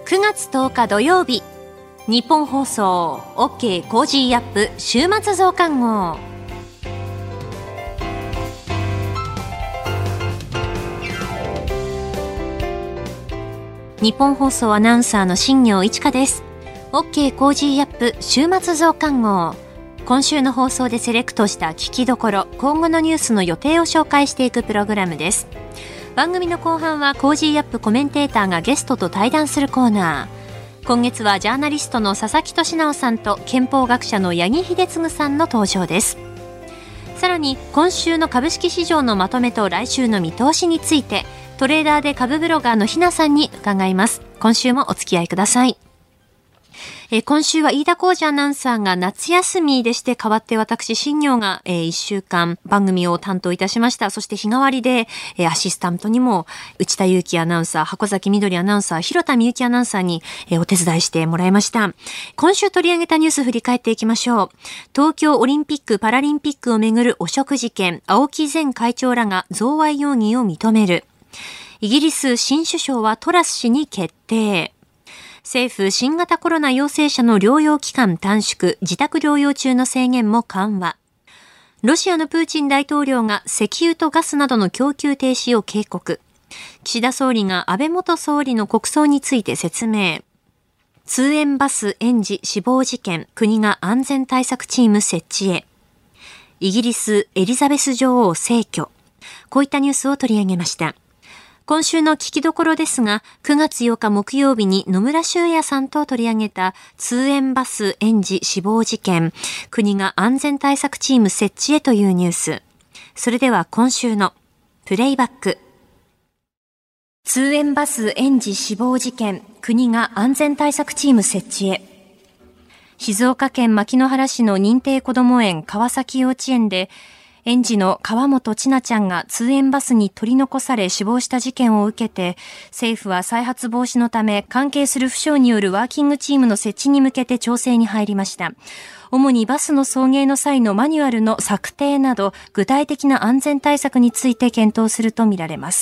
9月10日土曜日、日本放送 OK コージーアップ週末増刊号。日本放送アナウンサーの新業一華です。 OK コージーアップ週末増刊号。今週の放送でセレクトした聞きどころ、今後のニュースの予定を紹介していくプログラムです。番組の後半はコージーアップコメンテーターがゲストと対談するコーナー。今月はジャーナリストの佐々木俊直さんと憲法学者の八木秀次さんの登場です。さらに今週の株式市場のまとめと来週の見通しについて、トレーダーで株ブロガーのひなさんに伺います。今週もお付き合いください。今週は飯田浩二アナウンサーが夏休みでして、代わって私新業が1週間番組を担当いたしました。そして日替わりでアシスタントにも内田裕樹アナウンサー、箱崎みどりアナウンサー、広田みゆきアナウンサーにお手伝いしてもらいました。今週取り上げたニュース振り返っていきましょう。東京オリンピック・パラリンピックをめぐる汚職事件、青木前会長らが贈賄容疑を認める。イギリス新首相はトラス氏に決定。政府新型コロナ陽性者の療養期間短縮、自宅療養中の制限も緩和。ロシアのプーチン大統領が石油とガスなどの供給停止を警告。岸田総理が安倍元総理の国葬について説明。通園バス園児死亡事件、国が安全対策チーム設置へ。イギリスエリザベス女王逝去。こういったニュースを取り上げました。今週の聞きどころですが、9月8日木曜日に野村修也さんと取り上げた通園バス園児死亡事件、国が安全対策チーム設置へというニュース。それでは今週のプレイバック。通園バス園児死亡事件、国が安全対策チーム設置へ。静岡県牧之原市の認定こども園川崎幼稚園で、園児の川本千奈ちゃんが通園バスに取り残され死亡した事件を受けて、政府は再発防止のため関係する府省によるワーキングチームの設置に向けて調整に入りました。主にバスの送迎の際のマニュアルの策定など具体的な安全対策について検討するとみられます。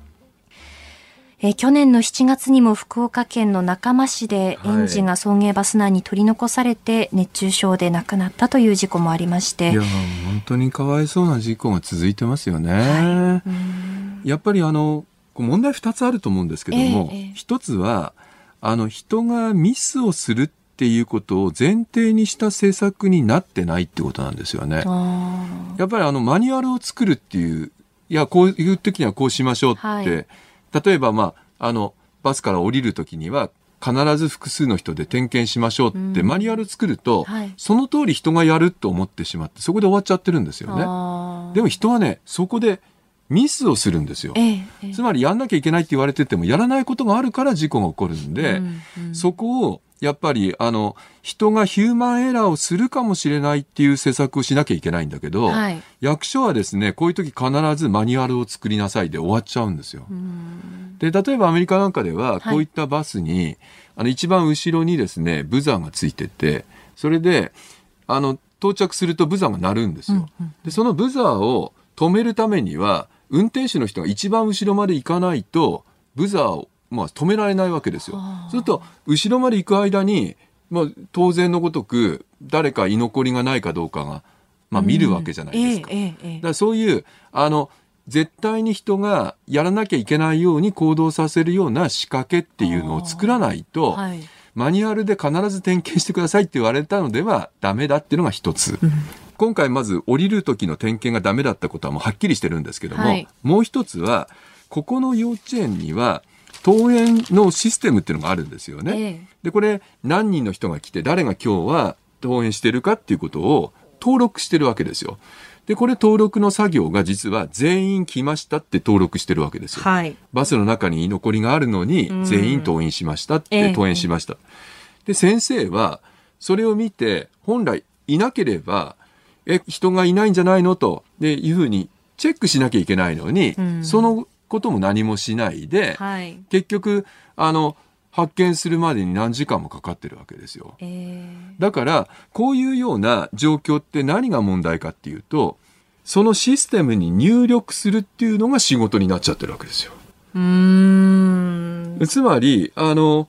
去年の7月にも福岡県の中間市で園児が送迎バス内に取り残されて熱中症で亡くなったという事故もありまして、 いや本当にかわいそうな事故が続いてますよね。やっぱり問題2つあると思うんですけども、1つは人がミスをするっていうことを前提にした政策になってないってことなんですよね。やっぱりマニュアルを作るっていう、いやこういう時にはこうしましょうって、例えばバスから降りるときには必ず複数の人で点検しましょうってマニュアル作ると、その通り人がやると思ってしまってそこで終わっちゃってるんですよね。でも人はね、そこでミスをするんですよ。つまりやんなきゃいけないって言われててもやらないことがあるから事故が起こるんで、そこをやっぱり人がヒューマンエラーをするかもしれないっていう施策をしなきゃいけないんだけど、役所はですね、こういう時必ずマニュアルを作りなさいで終わっちゃうんですよ。で、例えばアメリカなんかではこういったバスに、一番後ろにですねブザーがついてて、それで到着するとブザーが鳴るんですよ。でそのブザーを止めるためには運転手の人が一番後ろまで行かないとブザーを止められないわけですよ。そうすると後ろまで行く間に、当然のごとく誰か居残りがないかどうかが、見るわけじゃないですか。だからそういう絶対に人がやらなきゃいけないように行動させるような仕掛けっていうのを作らないと、マニュアルで必ず点検してくださいって言われたのではダメだっていうのが一つ。今回まず降りる時の点検がダメだったことはもうはっきりしてるんですけども、もう一つはここの幼稚園には登園のシステムっていうのがあるんですよね。でこれ何人の人が来て誰が今日は登園してるかっていうことを登録してるわけですよ。でこれ登録の作業が実は全員来ましたって登録してるわけですよ。バスの中に居残りがあるのに全員登園しましたって登園しました。で先生はそれを見て本来いなければ人がいないんじゃないのというふうにチェックしなきゃいけないのに、そのことも何もしないで、結局発見するまでに何時間もかかってるわけですよ。だからこういうような状況って何が問題かっていうと、そのシステムに入力するっていうのが仕事になっちゃってるわけですよ。つまり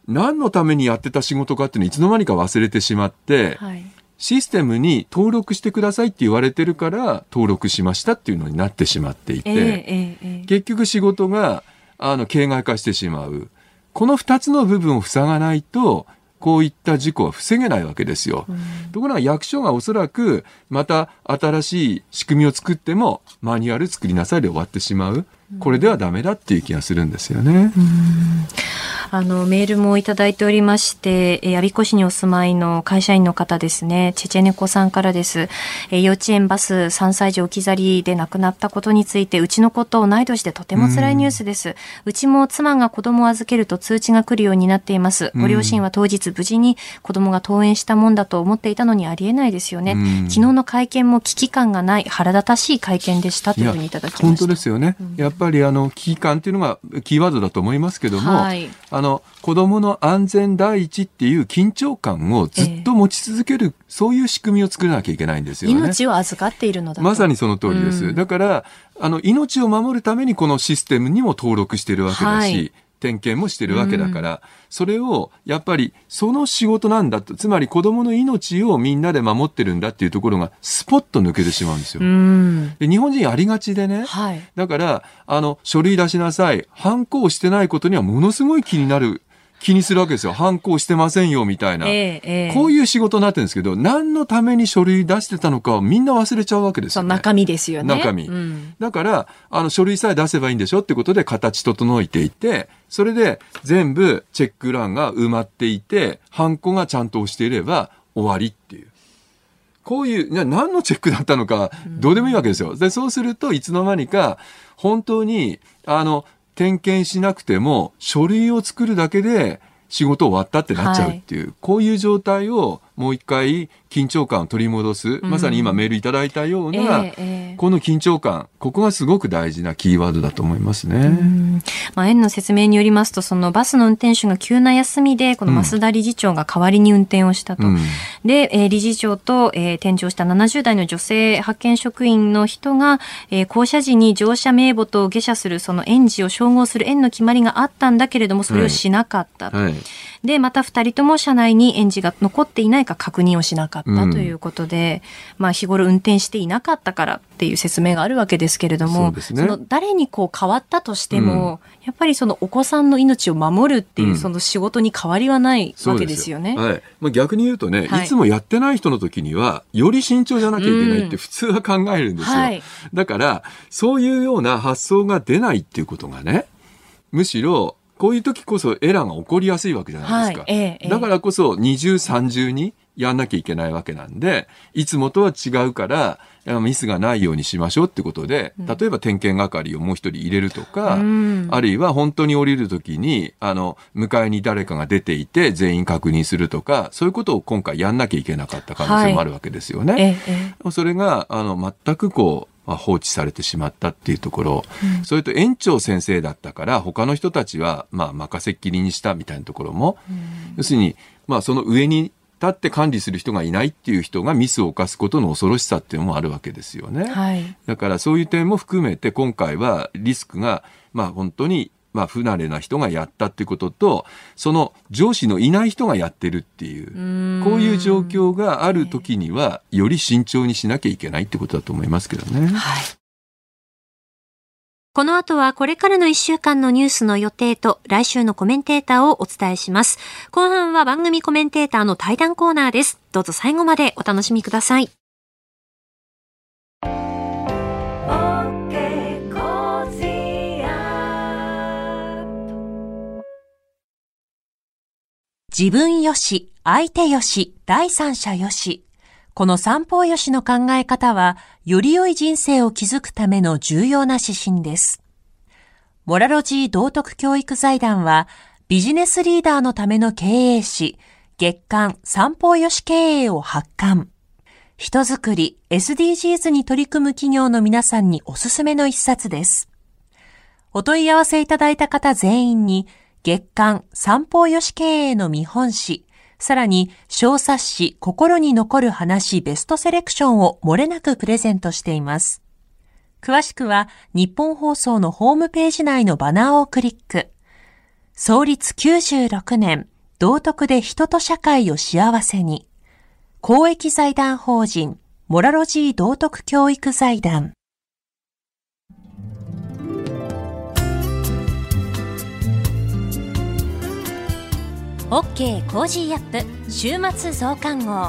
何のためにやってた仕事かっていうのをいつの間にか忘れてしまって、はい、システムに登録してくださいって言われてるから登録しましたっていうのになってしまっていて、結局仕事が形骸化してしまう。この2つの部分を塞がないとこういった事故は防げないわけですよ。ところが役所がおそらくまた新しい仕組みを作ってもマニュアル作りなさいで終わってしまう。これではダメだっていう気がするんですよね。 メールもいただいておりまして、我孫子市にお住まいの会社員の方ですね、チェチェネコさんからです。幼稚園バス3歳児置き去りで亡くなったことについて、うちの子と同い年でとても辛いニュースです。うちも妻が子供を預けると通知が来るようになっています。ご両親は当日無事に子供が登園したもんだと思っていたのにありえないですよね。昨日の会見も危機感がない腹立たしい会見でしたというふうにいただきました。 本当ですよね。やっぱり危機感っていうのがキーワードだと思いますけども、はい、子供の安全第一っていう緊張感をずっと持ち続ける、そういう仕組みを作らなきゃいけないんですよね。 命を預かっているのだと。 まさにその通りです。だから命を守るためにこのシステムにも登録しているわけだし、はい、点検もしてるわけだから、それをやっぱりその仕事なんだと、つまり子供の命をみんなで守ってるんだっていうところがスポッと抜けてしまうんですよ。で日本人ありがちでね、はい、だから書類出しなさい、ハンコをしてないことにはものすごい気にするわけですよ。ハンコをしてませんよみたいな、こういう仕事になってるんですけど、何のために書類出してたのかをみんな忘れちゃうわけですよね。 中身ですよね。 中身、だから書類さえ出せばいいんでしょってことで形整えていて、それで全部チェック欄が埋まっていて、ハンコがちゃんと押していれば終わりっていう、こういう何のチェックだったのかどうでもいいわけですよ。でそうするといつの間にか本当に点検しなくても書類を作るだけで仕事終わったってなっちゃうっていう、はい、こういう状態をもう一回緊張感を取り戻す、まさに今メールいただいたような、この緊張感、ここがすごく大事なキーワードだと思いますね。 園の説明によりますと、そのバスの運転手が急な休みでこの増田理事長が代わりに運転をしたと、で、理事長と、転乗した70代の女性派遣職員の人が、降車時に乗車名簿と下車するその園児を照合する園の決まりがあったんだけれども、それをしなかった、でまた2人とも車内に園児が残っていないか確認をしなかったということで、日頃運転していなかったからっていう説明があるわけですけれども、その誰に変わったとしても、やっぱりそのお子さんの命を守るっていうその仕事に変わりはないわけですよね。 逆に言うとね、いつもやってない人の時にはより慎重じゃなきゃいけないって普通は考えるんですよ。だからそういうような発想が出ないっていうことがね、むしろこういう時こそエラーが起こりやすいわけじゃないですか。だからこそ二重三重にやんなきゃいけないわけなんで、いつもとは違うからミスがないようにしましょうってことで、例えば点検係をもう一人入れるとか、あるいは本当に降りる時に迎えに誰かが出ていて全員確認するとか、そういうことを今回やんなきゃいけなかった可能性もあるわけですよね。それが全く放置されてしまったっていうところ、それと園長先生だったから他の人たちは任せっきりにしたみたいなところも、要するにその上に立って管理する人がいないっていう人がミスを犯すことの恐ろしさっていうのもあるわけですよね。だからそういう点も含めて今回はリスクが本当に不慣れな人がやったっていうことと、その上司のいない人がやってるっていう、こういう状況があるときにはより慎重にしなきゃいけないってことだと思いますけどね。 この後はこれからの1週間のニュースの予定と来週のコメンテーターをお伝えします。後半は番組コメンテーターの対談コーナーです。どうぞ最後までお楽しみください。自分よし、相手よし、第三者よし。この三方よしの考え方は、より良い人生を築くための重要な指針です。モラロジー道徳教育財団は、ビジネスリーダーのための経営誌、月刊三方よし経営を発刊。人づくり、SDGs に取り組む企業の皆さんにおすすめの一冊です。お問い合わせいただいた方全員に、月刊三方よし経営の見本誌、さらに小冊子心に残る話ベストセレクションを漏れなくプレゼントしています。詳しくは日本放送のホームページ内のバナーをクリック。創立96年、 道徳で人と社会を幸せに。公益財団法人モラロジー道徳教育財団。 OK コージーアップ週末増刊号。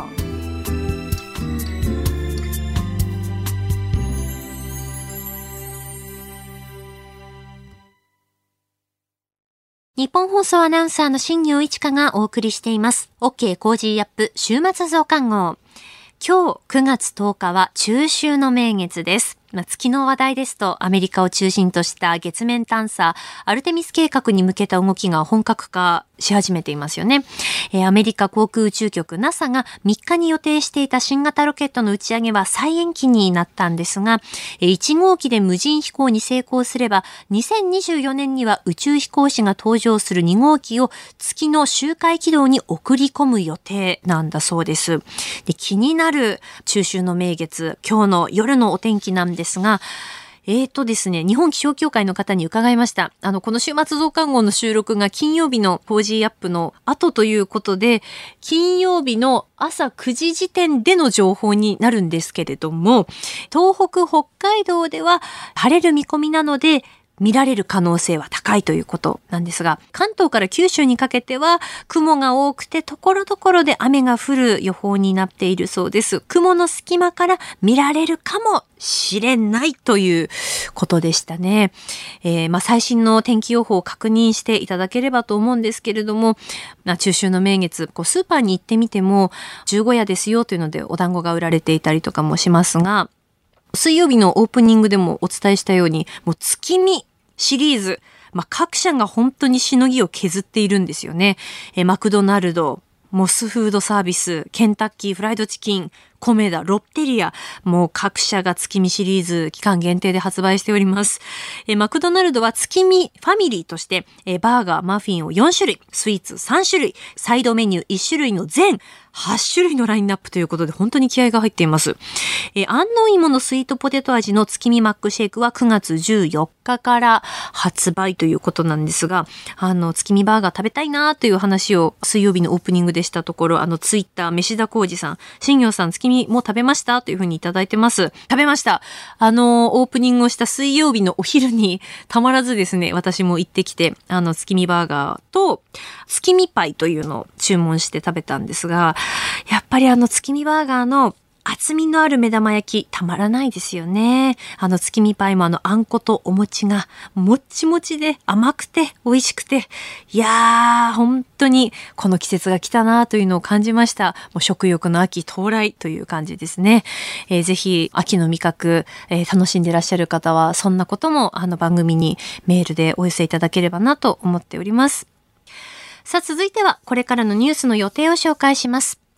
日本放送アナウンサーの新業一華がお送りしています。OK コージーアップ週末増刊号。今日9月10日は中秋の名月です。月の話題ですとアメリカを中心とした月面探査アルテミス計画に向けた動きが本格化し始めていますよね。アメリカ航空宇宙局 NASA が3日に予定していた新型ロケットの打ち上げは再延期になったんですが、1号機で無人飛行に成功すれば2024年には宇宙飛行士が搭乗する2号機を月の周回軌道に送り込む予定なんだそうです。で、気になる中秋の名月、今日の夜のお天気なんですが、ですね、日本気象協会の方に伺いました。この週末増刊号の収録が金曜日のコージーアップの後ということで、金曜日の朝9時時点での情報になるんですけれども、東北、北海道では晴れる見込みなので、見られる可能性は高いということなんですが、関東から九州にかけては雲が多くて所々で雨が降る予報になっているそうです。雲の隙間から見られるかもしれないということでしたね。最新の天気予報を確認していただければと思うんですけれども、中秋の名月、スーパーに行ってみても十五夜ですよというのでお団子が売られていたりとかもしますが、水曜日のオープニングでもお伝えしたように、もう月見シリーズ、各社が本当にしのぎを削っているんですよね。マクドナルド、モスフードサービス、ケンタッキーフライドチキン、コメダ、ロッテリア、もう各社が月見シリーズ期間限定で発売しております。マクドナルドは月見ファミリーとしてバーガー、マフィンを4種類、スイーツ3種類、サイドメニュー1種類の全8種類のラインナップということで本当に気合が入っています。安納芋のスイートポテト味の月見マックシェイクは9月14日から発売ということなんですが、月見バーガー食べたいなという話を水曜日のオープニングでしたところ、ツイッター、飯田浩二さん、新業さん月見もう食べましたというふうにいただいてます。食べました。オープニングをした水曜日のお昼にたまらずですね、私も行ってきて、月見バーガーと月見パイというのを注文して食べたんですが、やっぱり月見バーガーの厚みのある目玉焼きたまらないですよね。月見パイもあんことお餅がもっちもちで甘くて美味しくて、いやー本当にこの季節が来たなというのを感じました。もう食欲の秋到来という感じですね。ぜひ秋の味覚、楽しんでいらっしゃる方はそんなことも番組にメールでお寄せいただければなと思っております。さあ続いてはこれからのニュースの予定を紹介します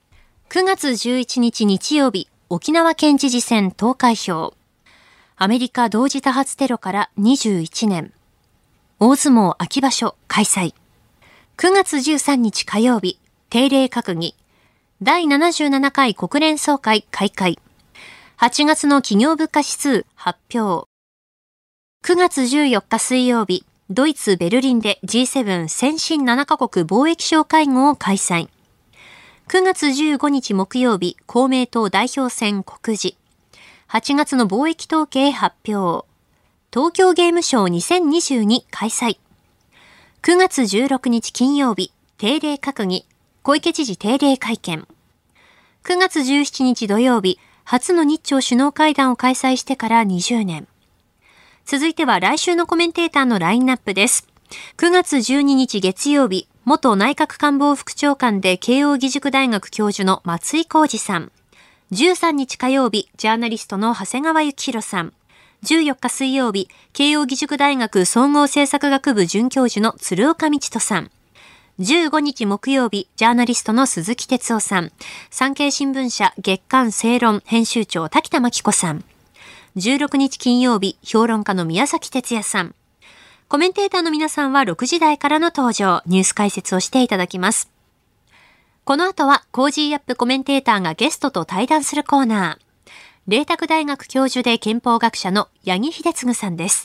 。9月11日日曜日、沖縄県知事選投開票。アメリカ同時多発テロから21年。大相撲秋場所開催。9月13日火曜日、定例閣議。第77回国連総会開会。8月の企業物価指数発表。9月14日水曜日、ドイツ・ベルリンで G7 先進7カ国貿易相会合を開催。9月15日木曜日、公明党代表選告示。8月の貿易統計発表。東京ゲームショー2022開催。9月16日金曜日、定例閣議。小池知事定例会見。9月17日土曜日、初の日朝首脳会談を開催してから20年。続いては来週のコメンテーターのラインナップです。9月12日月曜日、元内閣官房副長官で慶應義塾大学教授の松井浩二さん。13日火曜日、ジャーナリストの長谷川幸宏さん。14日水曜日、慶應義塾大学総合政策学部准教授の鶴岡道人さん。15日木曜日、ジャーナリストの鈴木哲夫さん。産経新聞社月刊正論編集長滝田真紀子さん。16日金曜日、評論家の宮崎哲也さん。コメンテーターの皆さんは6時台からの登場、ニュース解説をしていただきます。この後はコージーアップコメンテーターがゲストと対談するコーナー。麗澤大学教授で憲法学者の八木秀次さんです。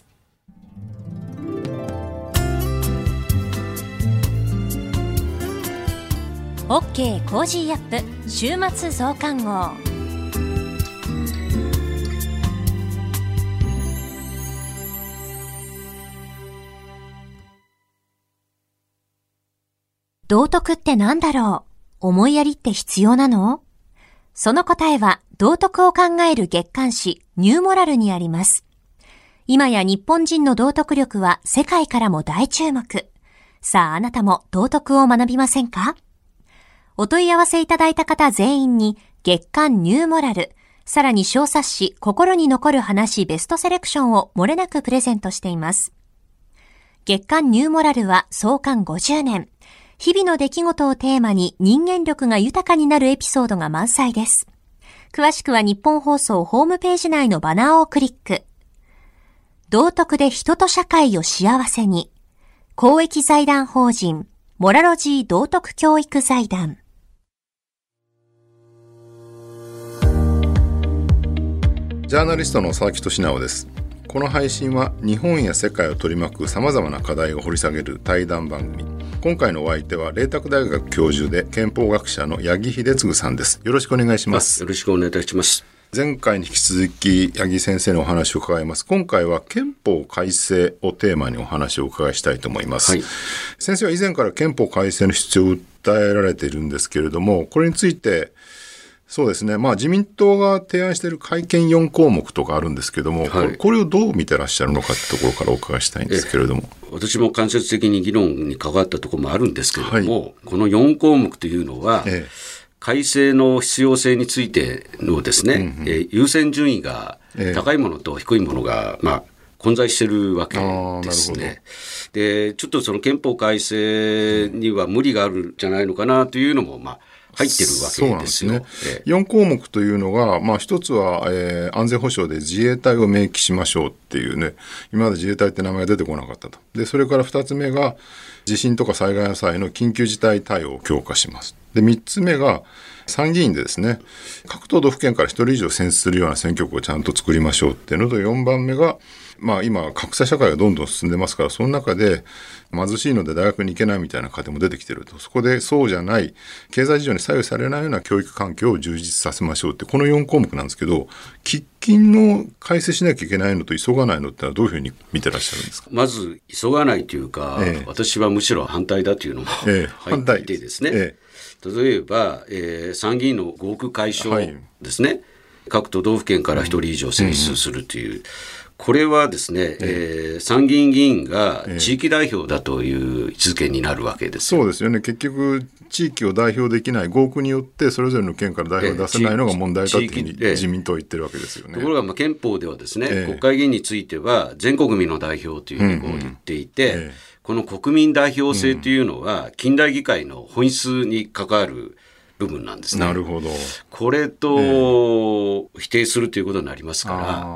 OK コージーアップ週末増刊号。道徳って何だろう？思いやりって必要なの？その答えは道徳を考える月刊誌ニューモラルにあります。今や日本人の道徳力は世界からも大注目。さああなたも道徳を学びませんか？お問い合わせいただいた方全員に月刊ニューモラル、さらに小冊子心に残る話ベストセレクションを漏れなくプレゼントしています。月刊ニューモラルは創刊50年。日々の出来事をテーマに人間力が豊かになるエピソードが満載です。詳しくは日本放送ホームページ内のバナーをクリック。道徳で人と社会を幸せに。公益財団法人モラロジー道徳教育財団。 ジャーナリストの佐々木俊直です。この配信は日本や世界を取り巻く様々な課題を掘り下げる対談番組。今回のお相手は麗澤大学教授で憲法学者の八木秀次さんです。よろしくお願いします。 よろしくお願いいたします。 前回に引き続き八木先生のお話を伺います。今回は憲法改正をテーマにお話をお伺いしたいと思います、はい、先生は以前から憲法改正の必要を訴えられているんですけれども、これについてそうですね、自民党が提案している改憲4項目とかあるんですけども、はい、これをどう見てらっしゃるのかというところからお伺いしたいんですけれども。 私も間接的に議論に関わったところもあるんですけれども、はい、この4項目というのは、改正の必要性についてのですね、優先順位が高いものと低いものが、混在しているわけですね。で、ちょっとその憲法改正には無理があるんじゃないのかなというのも、入ってるわけですよ。 そうなんですね。4項目というのが、一つは、安全保障で自衛隊を明記しましょうっていうね、今まで自衛隊って名前が出てこなかったと。で、それから2つ目が、地震とか災害の際の緊急事態対応を強化します。で、3つ目が、参議院でですね、各都道府県から1人以上選出するような選挙区をちゃんと作りましょうっていうのと、4番目が、今格差社会がどんどん進んでますから、その中で貧しいので大学に行けないみたいな家庭も出てきてると。そこでそうじゃない経済事情に左右されないような教育環境を充実させましょうって、この4項目なんですけど、喫緊の改正しなきゃいけないのと急がないのってのはどういうふうに見てらっしゃるんですか？ まず急がないというか、私はむしろ反対だというのも入っていてですね、例えば、参議院の合区解消ですね、各都道府県から1人以上選出するという、これはですね、参議院議員が地域代表だという位置づけになるわけです。 そうですよね。結局地域を代表できない合区によってそれぞれの県から代表を出せないのが問題だというふうに自民党は言ってるわけですよね。 ところが憲法ではですね、国会議員については全国民の代表というふうに言っていて、この国民代表制というのは近代議会の本質に関わる部分なんですね。 なるほど。 これと否定するということになりますから、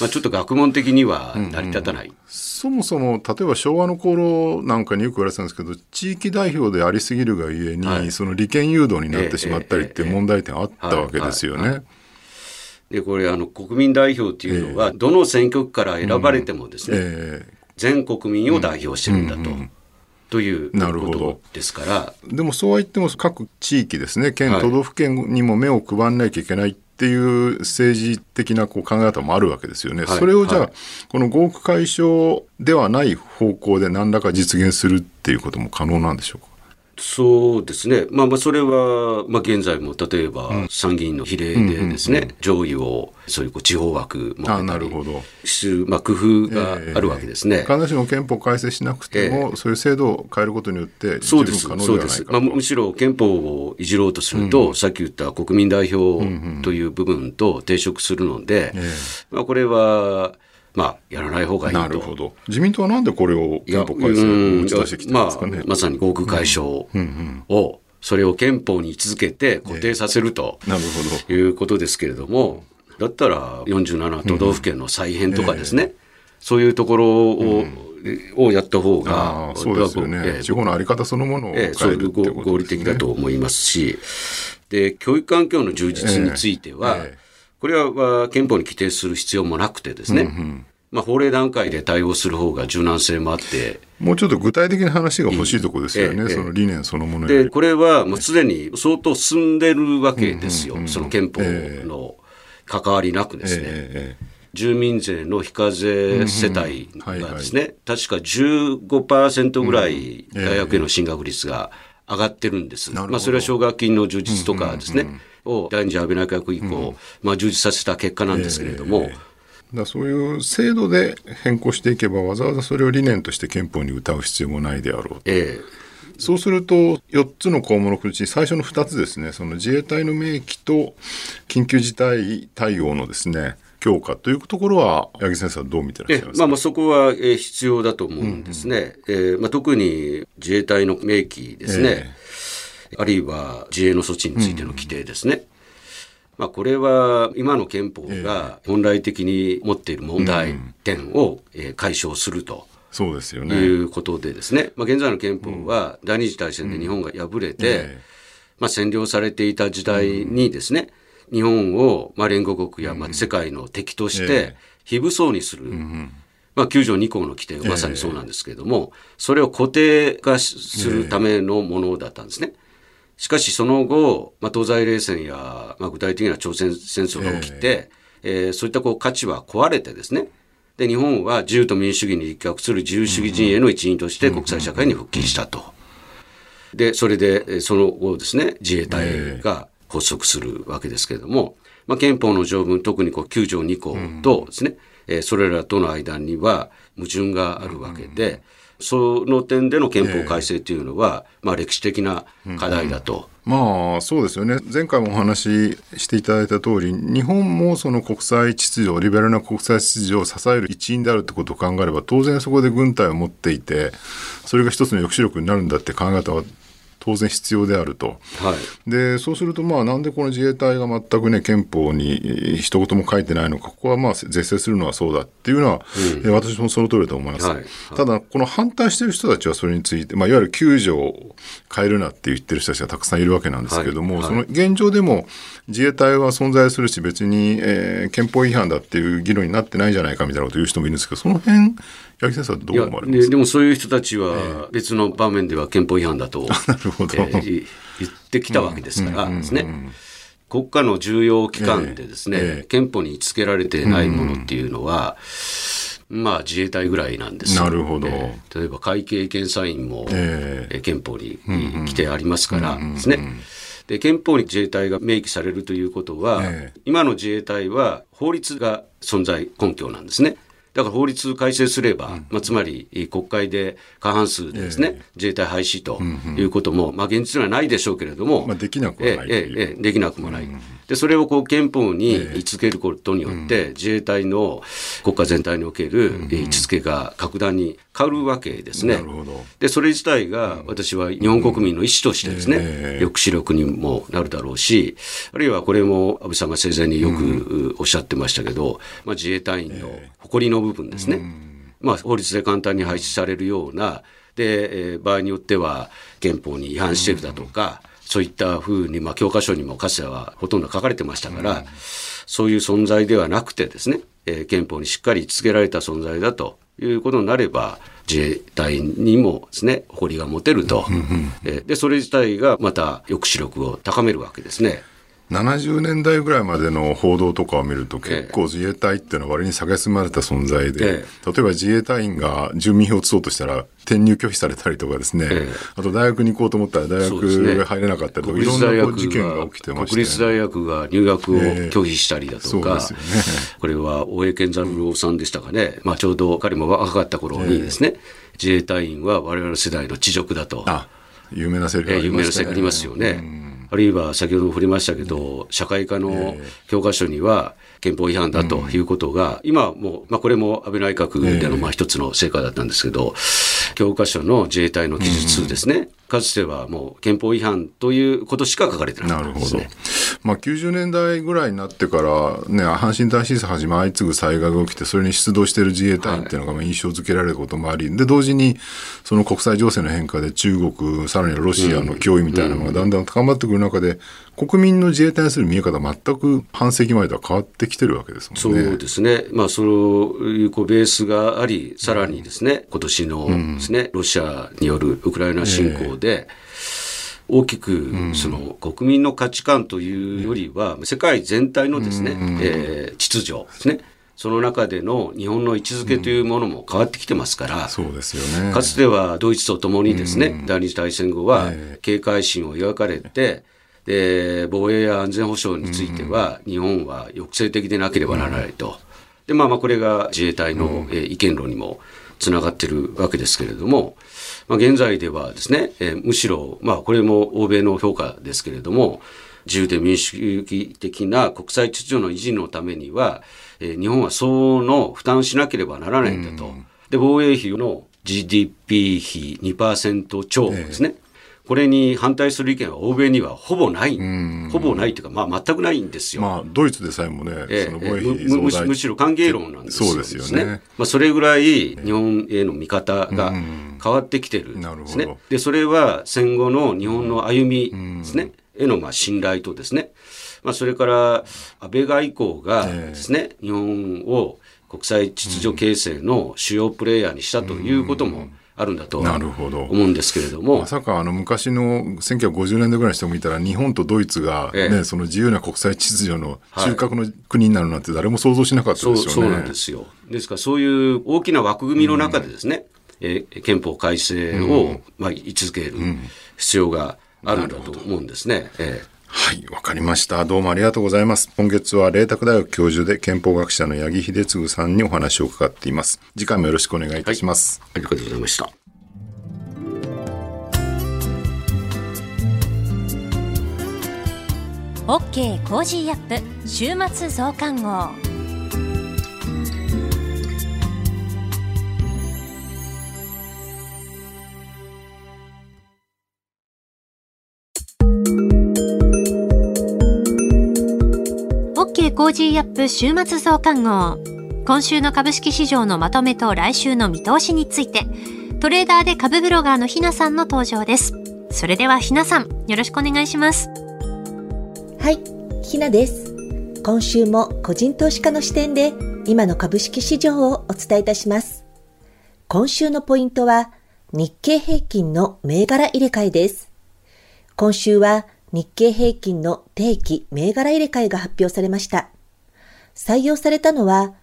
ちょっと学問的には成り立たない、 そもそも例えば昭和の頃なんかによく言われてたんですけど、地域代表でありすぎるがゆえに、その利権誘導になってしまったりっていう問題点あったわけですよね。 でこれ国民代表というのは、どの選挙区から選ばれてもですね、全国民を代表してるんだということですから。 でもそうは言っても各地域ですね、県都道府県にも目を配らなきゃいけないっていう政治的な考え方もあるわけですよね。それをじゃあ、この合区解消ではない方向で何らか実現するっていうことも可能なんでしょうか？ そうですね。それは、現在も例えば参議院の比例でですね、上位をそういう地方枠設けたりする、工夫があるわけですね。 必ずしも憲法改正しなくても、そういう制度を変えることによって十分可能ではないかと。 むしろ憲法をいじろうとすると、さっき言った国民代表という部分と抵触するので、これはやらない方がいいと。 なるほど。自民党はなんでこれを憲法改正を打ち出してきたんですかね。 まさに合区解消を、それを憲法に位置づけて固定させるということですけれども、だったら47都道府県の再編とかですね、そういうところをやった方が、 そうですよね。地方の在り方そのものを変えるってことですね。 合理的だと思いますし、で教育環境の充実については、これは憲法に規定する必要もなくてですね、 法令段階で対応する方が柔軟性もあって、 もうちょっと具体的な話が欲しいところですよね、その理念そのものより。 でこれはもうすでに相当進んでるわけですよ、その憲法の関わりなくですね。住民税の非課税世帯がですね、確か 15% ぐらい大学への進学率が上がってるんです。それは奨学金の充実とかですね、を第二次安倍内閣以降、充実させた結果なんですけれども、 そういう制度で変更していけばわざわざそれを理念として憲法に謳う必要もないであろう。そうすると4つの項目のうち最初の2つですね、その自衛隊の明記と緊急事態対応のですね強化というところは八木先生はどう見てらっしゃいますか。 そこは必要だと思うんですね。特に自衛隊の明記ですね、あるいは自衛の措置についての規定ですね。これは今の憲法が本来的に持っている問題点を解消すると。 そうですよね。 いうことでですね、現在の憲法は第二次大戦で日本が敗れて、占領されていた時代にですね、日本を連合国や世界の敵として非武装にする、9条2項の規定がまさにそうなんですけれども、それを固定化するためのものだったんですね。しかしその後、東西冷戦や、具体的な朝鮮戦争が起きて、そういった価値は壊れてですね、で日本は自由と民主主義に立脚する自由主義陣営の一員として国際社会に復帰したと。でそれでその後ですね、自衛隊が発足するわけですけれども、憲法の条文、特に9条2項とですね、それらとの間には矛盾があるわけで、その点での憲法改正というのは、歴史的な課題だと。 そうですよね。前回もお話ししていただいた通り、日本もその国際秩序、リベラルな国際秩序を支える一員であるということを考えれば、当然そこで軍隊を持っていて、それが一つの抑止力になるんだって考え方は当然必要であると。でそうするとなんでこの自衛隊が全くね憲法に一言も書いてないのか、ここは是正するのはそうだっていうのは、私もその通りだと思います。ただこの反対している人たちはそれについて、いわゆる9条を変えるなって言ってる人たちがたくさんいるわけなんですけれども、その現状でも自衛隊は存在するし、別に、憲法違反だっていう議論になってないんじゃないかみたいなことを言う人もいるんですけど、その辺八木先生はどう思われますか。 でもそういう人たちは別の場面では憲法違反だと言ってきたわけですからですね、国家の重要機関でですね、憲法に位置付けられてないものっていうのは、自衛隊ぐらいなんですよ。 なるほど。 例えば会計検査院も、憲法に規定ありますからですね。で憲法に自衛隊が明記されるということは、今の自衛隊は法律が存在根拠なんですね。だから法律改正すれば、つまり国会で過半数でですね、自衛隊廃止ということも、現実にはないでしょうけれども、 できなくはないできなくもない。でそれを憲法に位置づけることによって、自衛隊の国家全体における位置づけが格段に変わるわけですね。でそれ自体が私は日本国民の意思としてですね、抑止力にもなるだろうし、あるいはこれも安倍さんが生前によくおっしゃってましたけど、自衛隊員の誇りの部分ですね、法律で簡単に廃止されるようなで、場合によっては憲法に違反しているだとか、そういったふうに、教科書にもかつてはほとんど書かれてましたから、そういう存在ではなくてですね、憲法にしっかり位置付けられた存在だということになれば、自衛隊にもですね誇りが持てると、でそれ自体がまた抑止力を高めるわけですね。 70年代ぐらいまでの報道とかを見ると、結構自衛隊っていうのは割に蔑まれた存在で、例えば自衛隊員が住民票を移そうとしたら転入拒否されたりとかですね、あと大学に行こうと思ったら大学入れなかったりとか、いろんな事件が起きてまして、 国立大学が入学を拒否したりだとか、これは大江健三郎さんでしたかね、ちょうど彼も若かった頃にですね、自衛隊員は我々の世代の恥辱だと、 有名なセリフがありましたね。 ありますよね。あるいは先ほども触れましたけど、社会科の教科書には憲法違反だということが、今もこれも安倍内閣での一つの成果だったんですけど、教科書の自衛隊の記述ですね、 かつてはもう憲法違反ということしか書かれてなかったんですね。 なるほど。90年代ぐらいになってからね、阪神大震災はじめ相次ぐ災害が起きて、それに出動している自衛隊員っていうのが印象付けられることもあり、で同時にその国際情勢の変化で中国、さらにはロシアの脅威みたいなのがだんだん高まってくる中で、国民の自衛隊にする見え方全く半世紀前とは変わってきてるわけですもんね。 そうですね。そういうベースがあり、さらにですね、今年のですね、ロシアによるウクライナ侵攻で、大きくその国民の価値観というよりは、世界全体のですね、秩序ですね、その中での日本の位置づけというものも変わってきてますから、 そうですよね。 かつてはドイツとともにですね、第二次大戦後は警戒心を描かれて、で防衛や安全保障については日本は抑制的でなければならないと。でこれが自衛隊の意見論にもつながっているわけですけれども、現在ではですね、むしろこれも欧米の評価ですけれども、自由で民主主義的な国際秩序の維持のためには、日本は相応の負担しなければならないんだと。で防衛費の GDP 比 2% 超ですね、これに反対する意見は欧米にはほぼないというか、全くないんですよ。 ドイツでさえもね、その防衛費むしろ歓迎論なんですよ。 そうですよね。 それぐらい日本への見方が変わってきてるんですね。でそれは戦後の日本の歩みですね、への信頼とですね、それから安倍外交がですね、日本を国際秩序形成の主要プレイヤーにしたということもあるんだと思うんですけれども、 まさか昔の1950年代ぐらいの人もいたら、日本とドイツが、その自由な国際秩序の中核の国になるなんて誰も想像しなかったですよね。 そうなんですよ。ですからそういう大きな枠組みの中でですね、憲法改正を位置づける必要があるんだと思うんですね。 はい、わかりました。どうもありがとうございます。今月は麗澤大学教授で憲法学者の八木秀次さんにお話を伺っています。次回もよろしくお願いいたします。 ありがとうございました。 OK コージーアップ週末増刊号。OK コージーアップ週末増刊号。今週の株式市場のまとめと来週の見通しについて、トレーダーで株ブロガーのひなさんの登場です。それではひなさん、よろしくお願いします。 はい、ひなです。今週も個人投資家の視点で今の株式市場をお伝えいたします。今週のポイントは日経平均の銘柄入れ替えです。今週は日経平均の定期銘柄入れ替えが発表されました。採用されたのは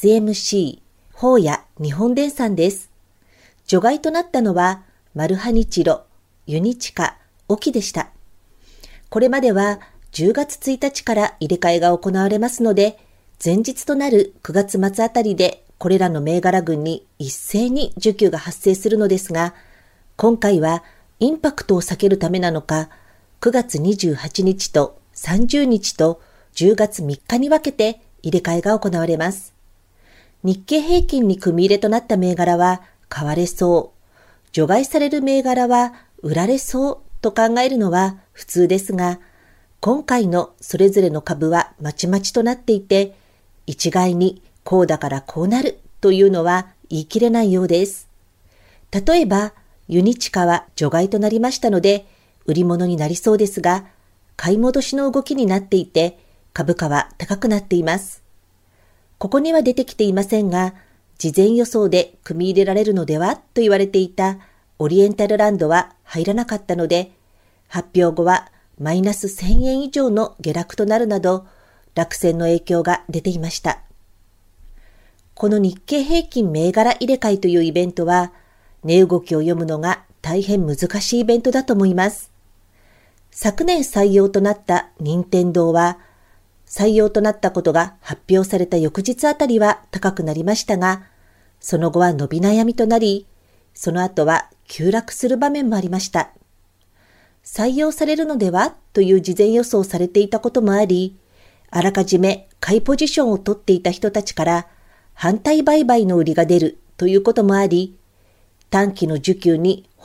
SMC、宝や日本電産です。除外となったのはマルハニチロ、ユニチカ、オキでした。これまでは10月1日から入れ替えが行われますので、前日となる9月末あたりでこれらの銘柄群に一斉に需給が発生するのですが、今回はインパクトを避けるためなのか、9月28日と30日と10月3日に分けて入れ替えが行われます。日経平均に組み入れとなった銘柄は買われそう、除外される銘柄は売られそうと考えるのは普通ですが、今回のそれぞれの株はまちまちとなっていて、一概にこうだからこうなるというのは言い切れないようです。例えば、ユニチカは除外となりましたので、売り物になりそうですが、買い戻しの動きになっていて、株価は高くなっています。ここには出てきていませんが、事前予想で組み入れられるのではと言われていたオリエンタルランドは入らなかったので、発表後はマイナス1000円以上の下落となるなど、落選の影響が出ていました。この日経平均銘柄入れ替えというイベントは、値動きを読むのが大変難しいイベントだと思います。昨年採用となった任天堂は、採用となったことが発表された翌日あたりは高くなりましたが、その後は伸び悩みとなり、その後は急落する場面もありました。採用されるのではという事前予想されていたこともあり、あらかじめ買いポジションを取っていた人たちから反対売買の売りが出るということもあり、短期の需給に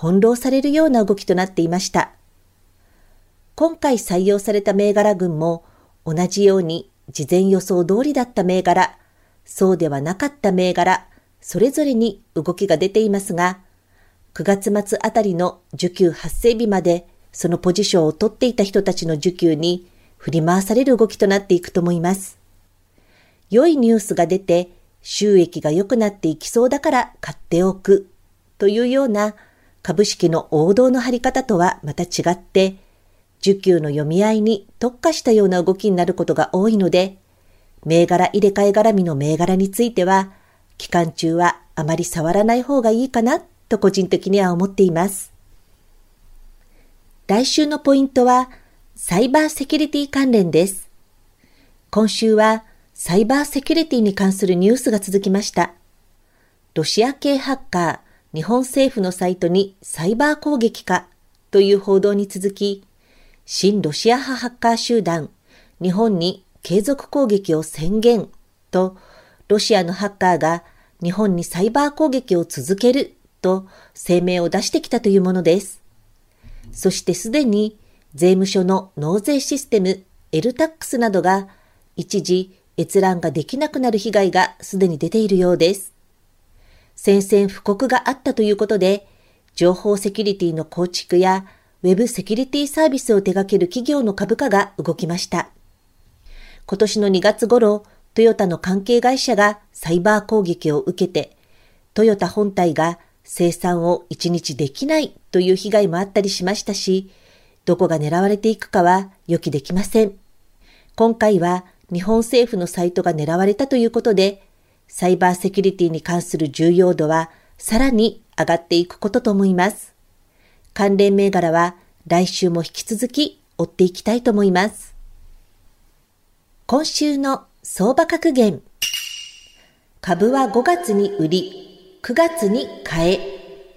翻弄されるような動きとなっていました。今回採用された銘柄群も同じように事前予想通りだった銘柄、そうではなかった銘柄、それぞれに動きが出ていますが、9月末あたりの需給発生日までそのポジションを取っていた人たちの需給に振り回される動きとなっていくと思います。良いニュースが出て収益が良くなっていきそうだから買っておくというような株式の王道の張り方とはまた違って、需給の読み合いに特化したような動きになることが多いので、銘柄入れ替え絡みの銘柄については、期間中はあまり触らない方がいいかなと個人的には思っています。来週のポイントは、サイバーセキュリティ関連です。今週は、サイバーセキュリティに関するニュースが続きました。ロシア系ハッカー、日本政府のサイトにサイバー攻撃かという報道に続き、親ロシア派ハッカー集団、日本に継続攻撃を宣言と、ロシアのハッカーが日本にサイバー攻撃を続けると声明を出してきたというものです。そしてすでに税務署の納税システム LTAX などが一時閲覧ができなくなる被害がすでに出ているようです。宣戦布告があったということで、情報セキュリティの構築やウェブセキュリティサービスを手掛ける企業の株価が動きました。今年の2月頃、トヨタの関係会社がサイバー攻撃を受けて、トヨタ本体が生産を1日できないという被害もあったりしましたし、どこが狙われていくかは予期できません。今回は日本政府のサイトが狙われたということで、サイバーセキュリティに関する重要度はさらに上がっていくことと思います。関連銘柄は来週も引き続き追っていきたいと思います。今週の相場格言。株は5月に売り、9月に買え。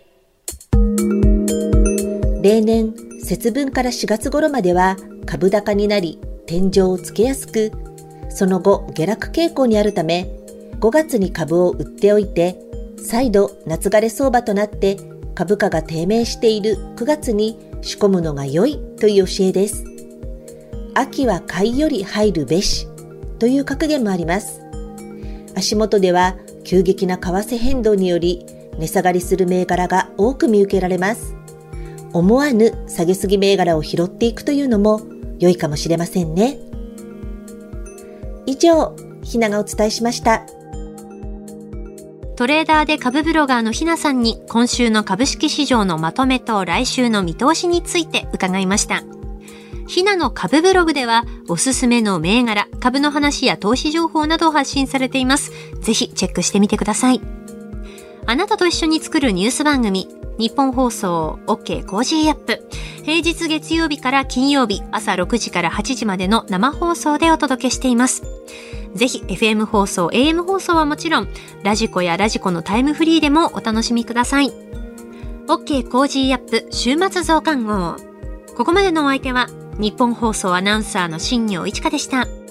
例年、節分から4月頃までは株高になり、天井をつけやすく、その後下落傾向にあるため、5月に株を売っておいて、再度夏枯れ相場となって株価が低迷している9月に仕込むのが良いという教えです。秋は買いより入るべしという格言もあります。足元では急激な為替変動により値下がりする銘柄が多く見受けられます。思わぬ下げすぎ銘柄を拾っていくというのも良いかもしれませんね。以上、ひながお伝えしました。 トレーダーで株ブロガーのひなさんに今週の株式市場のまとめと来週の見通しについて伺いました。ひなの株ブログではおすすめの銘柄、株の話や投資情報などを発信されています。ぜひチェックしてみてください。あなたと一緒に作るニュース番組、日本放送 OK コージーアップ。平日月曜日から金曜日朝6時から8時までの生放送でお届けしています。ぜひ FM 放送、AM 放送はもちろん、ラジコやラジコのタイムフリーでもお楽しみください。OK コージーアップ週末増刊号。ここまでのお相手は、日本放送アナウンサーの新業一華でした。